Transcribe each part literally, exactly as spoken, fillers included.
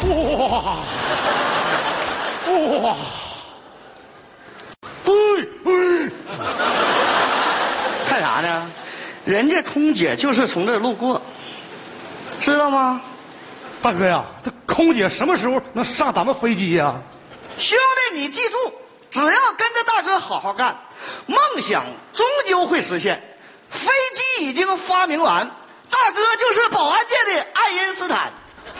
哇哇！ 哎哎，看啥呢？人家空姐就是从这儿路过，知道吗？ 大哥呀，这空姐什么时候能上咱们飞机呀？ 兄弟，你记住，只要跟着大哥好好干，梦想终究会实现。飞机已经发明完，大哥就是保安界的爱因斯坦。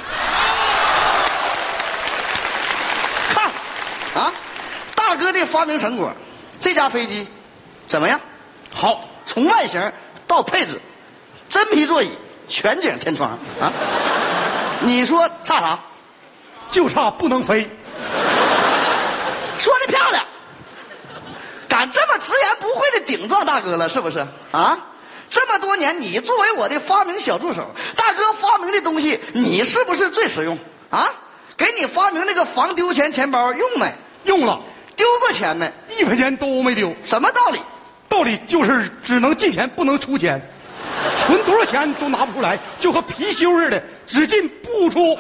看，啊，大哥的发明成果，这架飞机怎么样？ 好， 从外形到配置，真皮座椅，全景天窗啊！你说差啥？ 就差不能飞。 说的漂亮，敢这么直言不讳的顶撞大哥了，是不是啊？这么多年，你作为我的发明小助手，大哥发明的东西，你是不是最实用啊？给你发明那个防丢钱钱包用没？ 用了。 丢过钱没？ 一分钱都没丢。 什么道理？ 道理就是只能进钱不能出钱，存多少钱都拿不出来，就和貔貅似的，只进不出。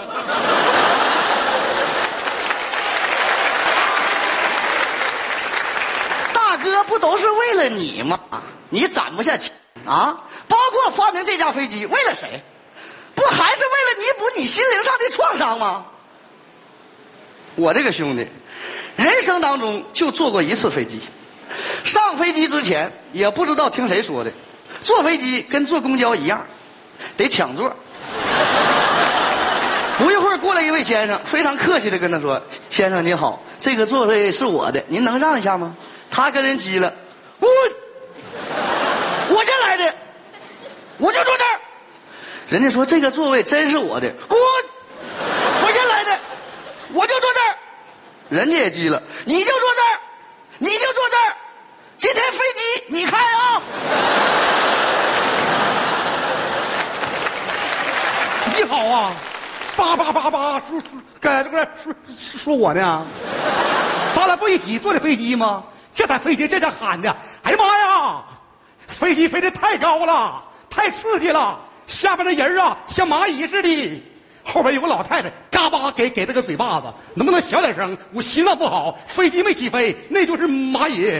大哥不都是为了你吗？你攒不下钱啊？包括发明这架飞机，为了谁？不还是为了弥补你心灵上的创伤吗？我这个兄弟，人生当中就坐过一次飞机。上飞机之前也不知道听谁说的，坐飞机跟坐公交一样，得抢座。不一会儿过来一位先生，非常客气的跟他说：“先生你好，这个座位是我的，您能让一下吗？”他跟人急了：“滚！我先来的，我就坐这儿。”人家说：“这个座位真是我的，滚！我先来的，我就坐这儿。”人家也急了：“你就坐这儿，你就坐这儿，今天飞机你开啊！” 你好啊，叭叭叭叭说说，该这个说说我呢？咱俩不一起坐的飞机吗？这台飞机这家喊的，哎呀妈呀！飞机飞得太高了，太刺激了，下边的人啊像蚂蚁似的。后边有个老太太，嘎巴给给他个嘴巴子，能不能小点声？我心脏不好，飞机没起飞，那就是蚂蚁。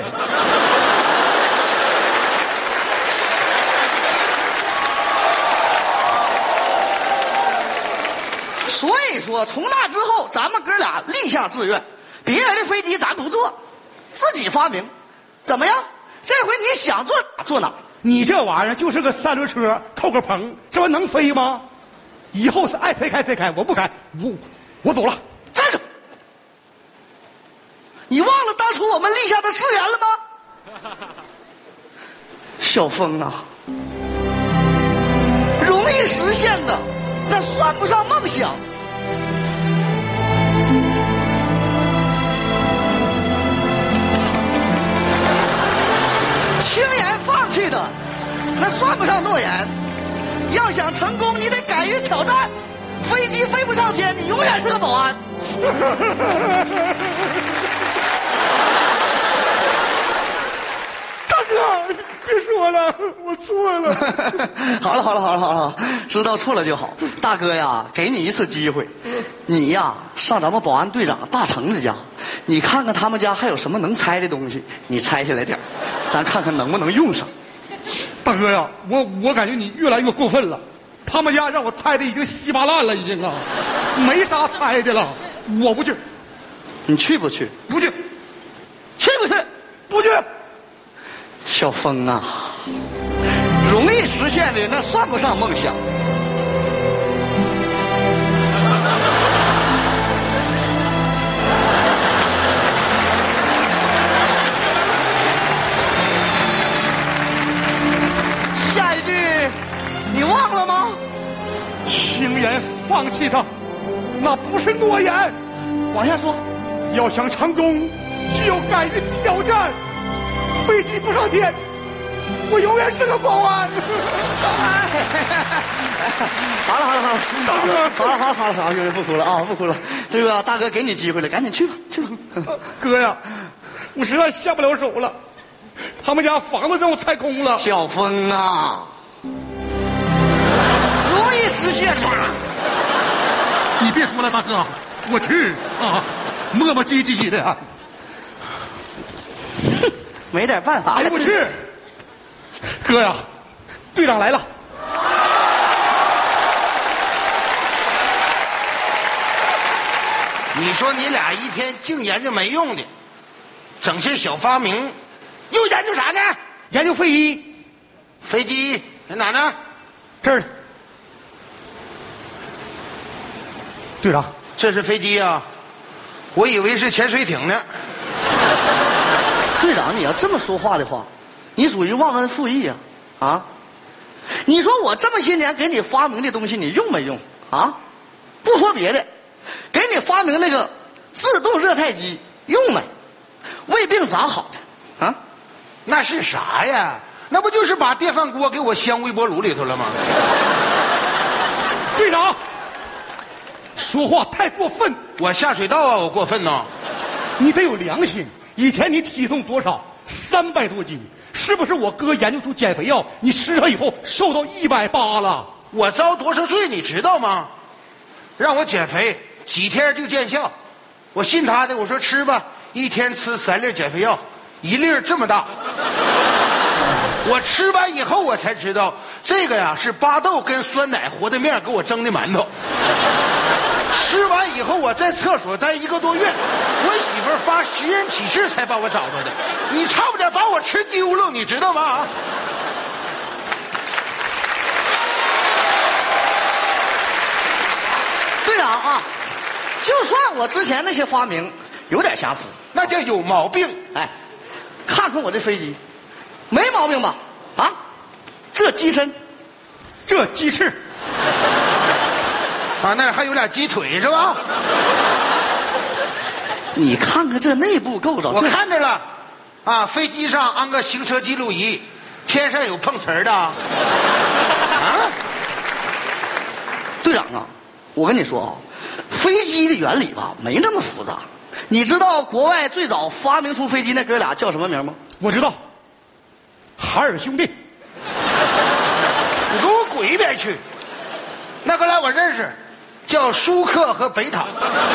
所以说，从那之后，咱们哥俩立下志愿，别人的飞机咱不坐，自己发明，怎么样？这回你想坐哪坐哪。 你这玩意儿就是个三轮车，扣个棚，这玩意儿能飞吗？以后是爱谁开谁开，我不开，我我走了。 站着！你忘了当初我们立下的誓言了吗？小峰啊，容易实现的，那算不上梦想。轻言放弃的，那算不上诺言。要想成功，你得敢于挑战。飞机飞不上天，你永远是个保安。 大哥，别说了，我错了。 好了好了好了好了，知道错了就好。大哥呀，给你一次机会，你呀上咱们保安队长大成子家，你看看他们家还有什么能拆的东西，你拆下来点，咱看看能不能用上。 大哥呀，我我感觉你越来越过分了，他们家让我拆的已经稀巴烂了，已经啊，没啥拆的了，我不去。 你去不去？ 不去。 去不去？ 不去。 小峰啊，容易实现的那算不上梦想。下一句你忘了吗？ 轻言放弃他，那不是诺言。 往下说， 要想成功，就要敢于挑战。飞机不上天，我永远是个保安。 好了好了好了， 大哥， 好了好了好了好了，兄弟不哭了啊，不哭了。这个大哥给你机会了，赶紧去吧去吧。 哥呀，我实在下不了手了，他们家房子让我拆空了。 小峰啊，容易实现吗？ 你别说了，大哥，我去啊，磨磨唧唧的。 没点办法。 哎呀，我去！哥呀，队长来了。 你说你俩一天净研究没用的，整些小发明，又研究啥呢？ 研究飞机。 飞机在哪呢？ 这儿。队长， 这是飞机啊，我以为是潜水艇呢。 队长，你要这么说话的话，你属于忘恩负义啊！啊，你说我这么些年给你发明的东西，你用没用啊？不说别的，给你发明那个自动热菜机用没？胃病咋好的？啊？ 那是啥呀？那不就是把电饭锅给我镶微波炉里头了吗？ 队长，说话太过分！ 我下水道啊，我过分呢？ 你得有良心。以前你体重多少？三百多斤，是不是我哥研究出减肥药，你吃上以后瘦到一百八了？ 我遭多少罪你知道吗？让我减肥几天就见效，我信他的，我说吃吧，一天吃三粒减肥药，一粒这么大。我吃完以后我才知道，这个呀是巴豆跟酸奶和的面给我蒸的馒头。吃完以后我在厕所待一个多月，我媳妇儿发寻人启事才把我找着的。你差不点把我吃丢了，你知道吗？ 队长啊，就算我之前那些发明有点瑕疵， 那叫有毛病。 哎，看看我这飞机，没毛病吧？啊，这机身， 这鸡翅。 啊，那还有俩鸡腿是吧？ 你看看这内部构造， 我看着了，啊，飞机上安个行车记录仪，天上有碰瓷儿的。啊， 队长啊，我跟你说啊，飞机的原理吧没那么复杂。你知道国外最早发明出飞机那哥俩叫什么名吗？ 我知道，海尔兄弟。 你给我滚一边去！那个来我认识。叫舒克和北塔。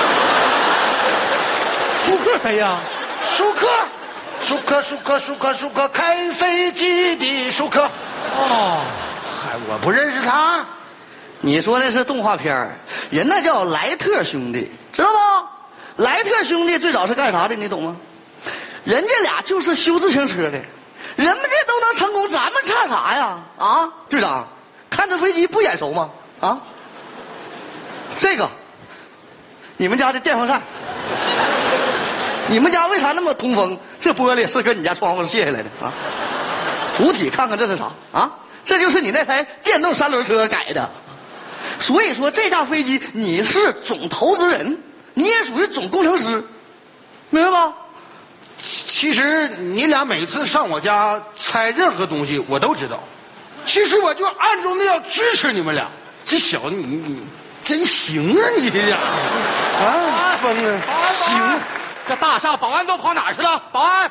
舒克谁呀？ 舒克，舒克，舒克，舒克，舒克，开飞机的舒克。 哦， 嗨，我不认识他。 你说那是动画片，人那叫莱特兄弟，知道不？莱特兄弟最早是干啥的？你懂吗？人家俩就是修自行车的，人们这都能成功，咱们差啥呀？啊，队长，看这飞机不眼熟吗？啊？这个，你们家的电风扇，你们家为啥那么通风？这玻璃是跟你家窗户卸下来的啊？主体看看这是啥啊？这就是你那台电动三轮车改的。所以说这架飞机你是总投资人，你也属于总工程师，明白吧？ 其实你俩每次上我家拆任何东西，我都知道。其实我就暗中的要支持你们俩。这小子你你。真行啊你这呀！啊，疯啊！行， 这大厦保安都跑哪儿去了？保安，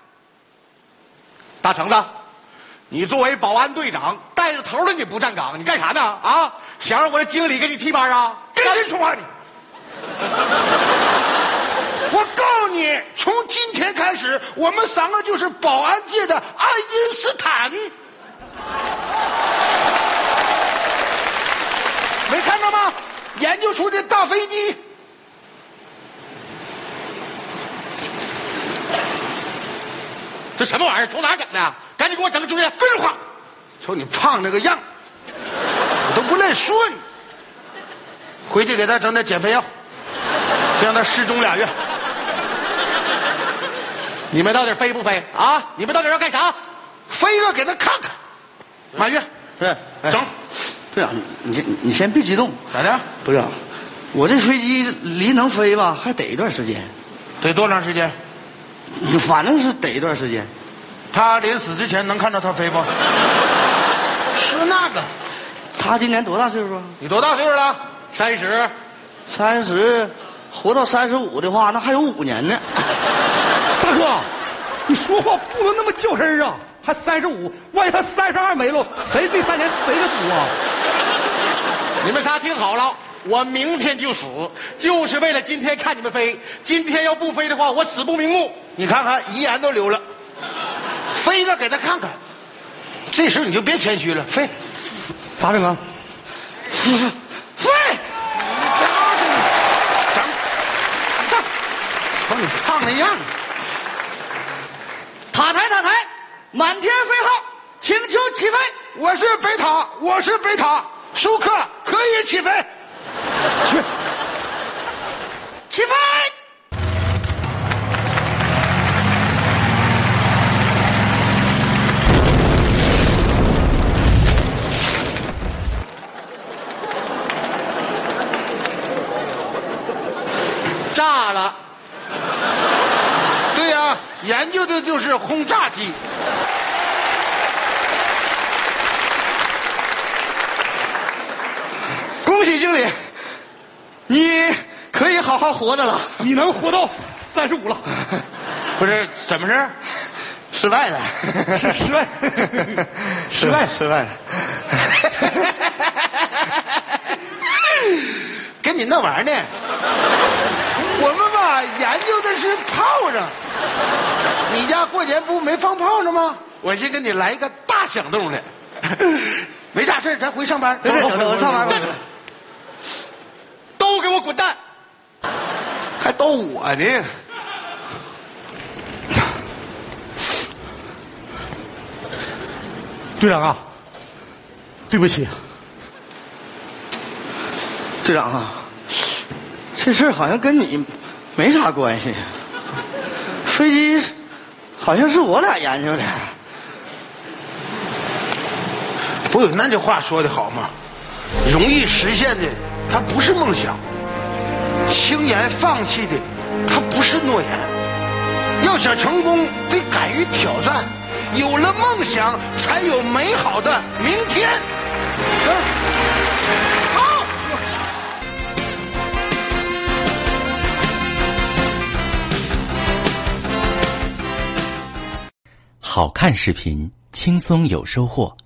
大橙子，你作为保安队长，带着头的你不站岗，你干啥呢？啊，想让我的经理给你替班啊？ 跟谁说话你？我告诉你，从今天开始，我们三个就是保安界的爱因斯坦。没看到吗？研究出的大飞机， 这什么玩意儿？从哪儿整的？赶紧给我整出来！ 废话，瞅你胖那个样，我都不赖说你。回去给他整点减肥药，让他失踪俩月。 你们到底飞不飞啊？你们到底要干啥？ 飞了给他看看。满月， 是整。 队长，你先你先别激动， 咋的？ 队长，我这飞机离能飞吧，还得一段时间， 得多长时间？ 反正是得一段时间。 他临死之前能看到他飞不？说那个， 他今年多大岁数啊？ 你多大岁数了？ 三十， 三十，活到三十五的话，那还有五年呢。 大哥，你说话不能那么较真儿啊！还三十五，万一他三十二没了，谁那三年谁的赌啊？你们仨听好了， 我明天就死，就是为了今天看你们飞。今天要不飞的话，我死不瞑目。 你看看遗言都留了，飞个给他看看。这时候你就别谦虚了，飞， 咋整啊？ 飞， 整，整，瞅你胖那样。 塔台塔台，满天飞号，请求起飞。 我是北塔，我是北塔，舒克可以起飞。 去， 起飞。 炸了！ 对呀、啊，研究的就是轰炸机。 恭喜经理，你可以好好活着了。 你能活到三十五了？ 不是怎么着？ 失败了， 是失败，失败， 失败了。 跟你弄玩呢？我们吧研究的是炮仗。你家过年不没放炮呢吗？我先给你来一个大响动的。没啥事咱回上班。 对对对，我上班吧。 都给我滚蛋！ 还逗我呢？ 队长啊，对不起。 队长啊，这事儿好像跟你没啥关系。飞机好像是我俩研究的。 不，那句话说的好嘛，容易实现的它不是梦想，轻言放弃的它不是诺言。要想成功，得敢于挑战，有了梦想，才有美好的明天。好。 好看视频，轻松有收获。